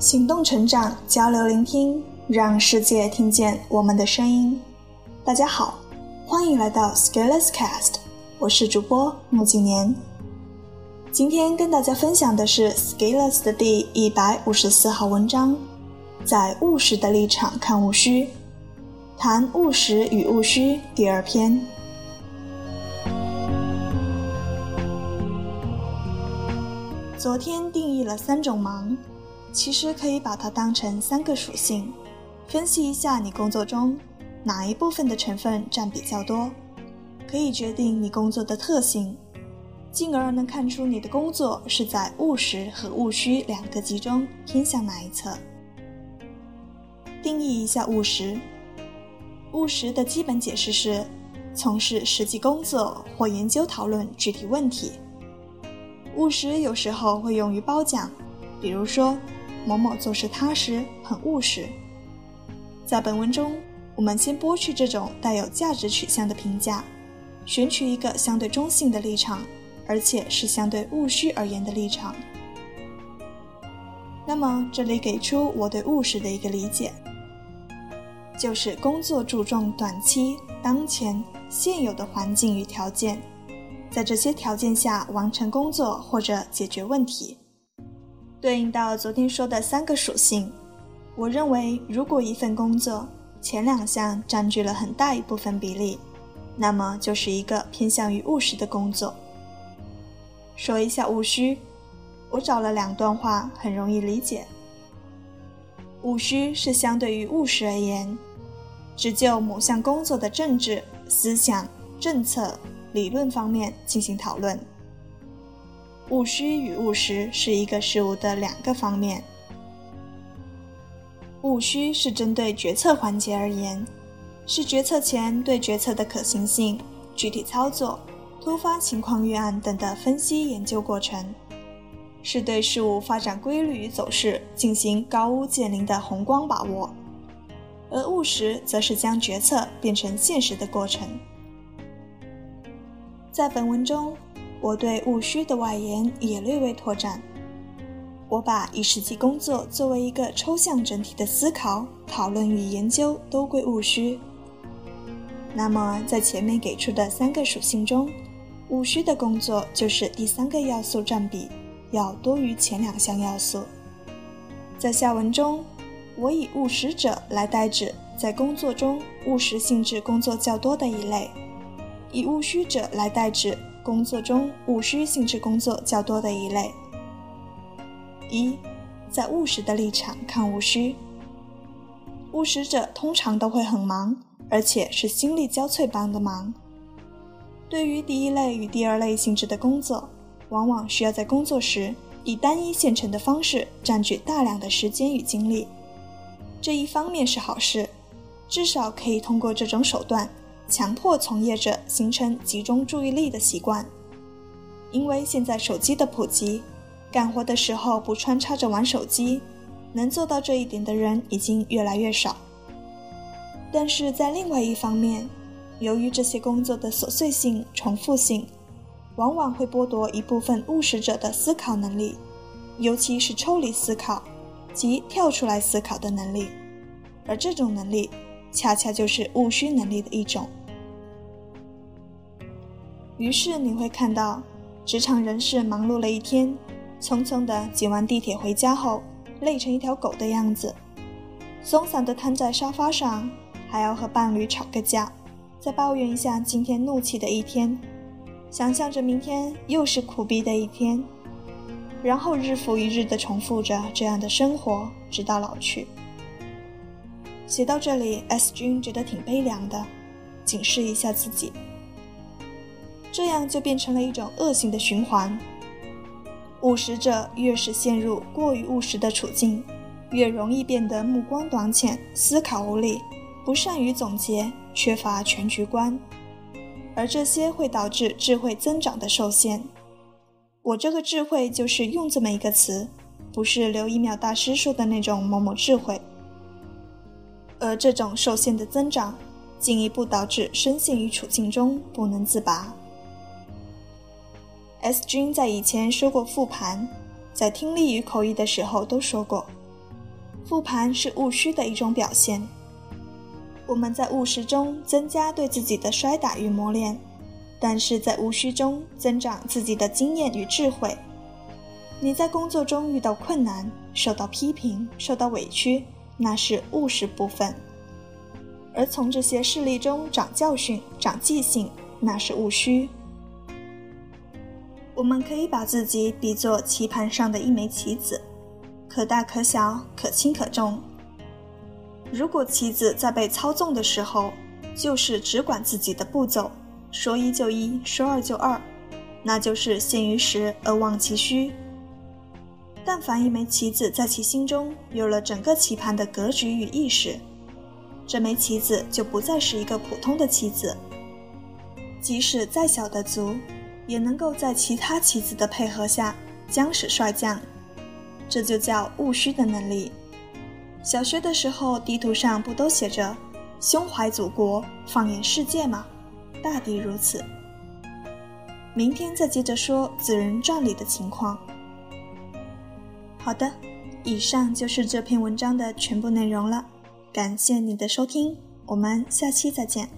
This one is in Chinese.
行动成长，交流聆听，让世界听见我们的声音。大家好，欢迎来到 Scaleless Cast， 我是主播穆景年。今天跟大家分享的是 Scaleless 的第154号文章，在务实的立场看务虚，谈务实与务虚第二篇。昨天定义了3种忙，其实可以把它当成3个属性，分析一下你工作中哪一部分的成分占比较多，可以决定你工作的特性，进而能看出你的工作是在务实和务虚2个极中偏向哪一侧。定义一下务实。务实的基本解释是从事实际工作或研究讨论具体问题。务实有时候会用于褒奖，比如说某某做事踏实，很务实。在本文中，我们先剥去这种带有价值取向的评价，选取一个相对中性的立场，而且是相对务虚而言的立场。那么这里给出我对务实的一个理解，就是工作注重短期、当前、现有的环境与条件，在这些条件下完成工作或者解决问题。对应到昨天说的3个属性，我认为如果一份工作前2项占据了很大一部分比例，那么就是一个偏向于务实的工作。说一下务虚，我找了2段话，很容易理解。务虚是相对于务实而言，只就某项工作的政治、思想、政策、理论方面进行讨论。务虚与务实是一个事物的2个方面。务虚是针对决策环节而言，是决策前对决策的可行性、具体操作、突发情况预案等的分析研究过程，是对事物发展规律与走势进行高屋建瓴的宏观把握。而务实则是将决策变成现实的过程。在本文中，我对务虚的外延也略微拓展，我把以实际工作作为一个抽象整体的思考、讨论与研究都归务虚。那么在前面给出的3个属性中，务虚的工作就是第3个要素占比要多于前2项要素。在下文中，我以务实者来代指在工作中务实性质工作较多的一类，以务虚者来代指工作中务虚性质工作较多的一类。1. 在务实的立场看务虚。务实者通常都会很忙，而且是心力交瘁般的忙。对于第1类与第2类性质的工作，往往需要在工作时以单一现成的方式占据大量的时间与精力。这一方面是好事，至少可以通过这种手段强迫从业者形成集中注意力的习惯。因为现在手机的普及，干活的时候不穿插着玩手机，能做到这一点的人已经越来越少。但是在另外一方面，由于这些工作的琐碎性、重复性，往往会剥夺一部分务实者的思考能力，尤其是抽离思考即跳出来思考的能力，而这种能力恰恰就是务虚能力的一种。于是你会看到职场人士忙碌了一天，匆匆地挤完地铁回家后累成一条狗的样子，松散地瘫在沙发上，还要和伴侣吵个架，再抱怨一下今天怒气的一天，想象着明天又是苦逼的一天，然后日复一日地重复着这样的生活，直到老去。写到这里 S 君觉得挺悲凉的，警示一下自己。这样就变成了一种恶性的循环。务实者越是陷入过于务实的处境，越容易变得目光短浅，思考无力，不善于总结，缺乏全局观，而这些会导致智慧增长的受限。我这个智慧就是用这么一个词，不是刘一淼大师说的那种某某智慧。而这种受限的增长，进一步导致深陷于处境中不能自拔。S 君在以前说过复盘，在听力与口译的时候都说过， 复盘是务虚的一种表现。我们在务实中增加对自己的摔打与磨练，但是在务虚中增长自己的经验与智慧。你在工作中遇到困难，受到批评，受到委屈，那是务实部分；而从这些事例中长教训、长记性，那是务虚。我们可以把自己比作棋盘上的一枚棋子，可大可小，可轻可重。如果棋子在被操纵的时候，就是只管自己的步骤，说一就一，说二就二，那就是陷于实而忘其虚。但凡一枚棋子在其心中有了整个棋盘的格局与意识，这枚棋子就不再是一个普通的棋子，即使再小的卒，也能够在其他棋子的配合下将使率将，这就叫务虚的能力。小学的时候，地图上不都写着胸怀祖国，放眼世界吗？大抵如此。明天再接着说《紫人传》里的情况。好的，以上就是这篇文章的全部内容了，感谢你的收听，我们下期再见。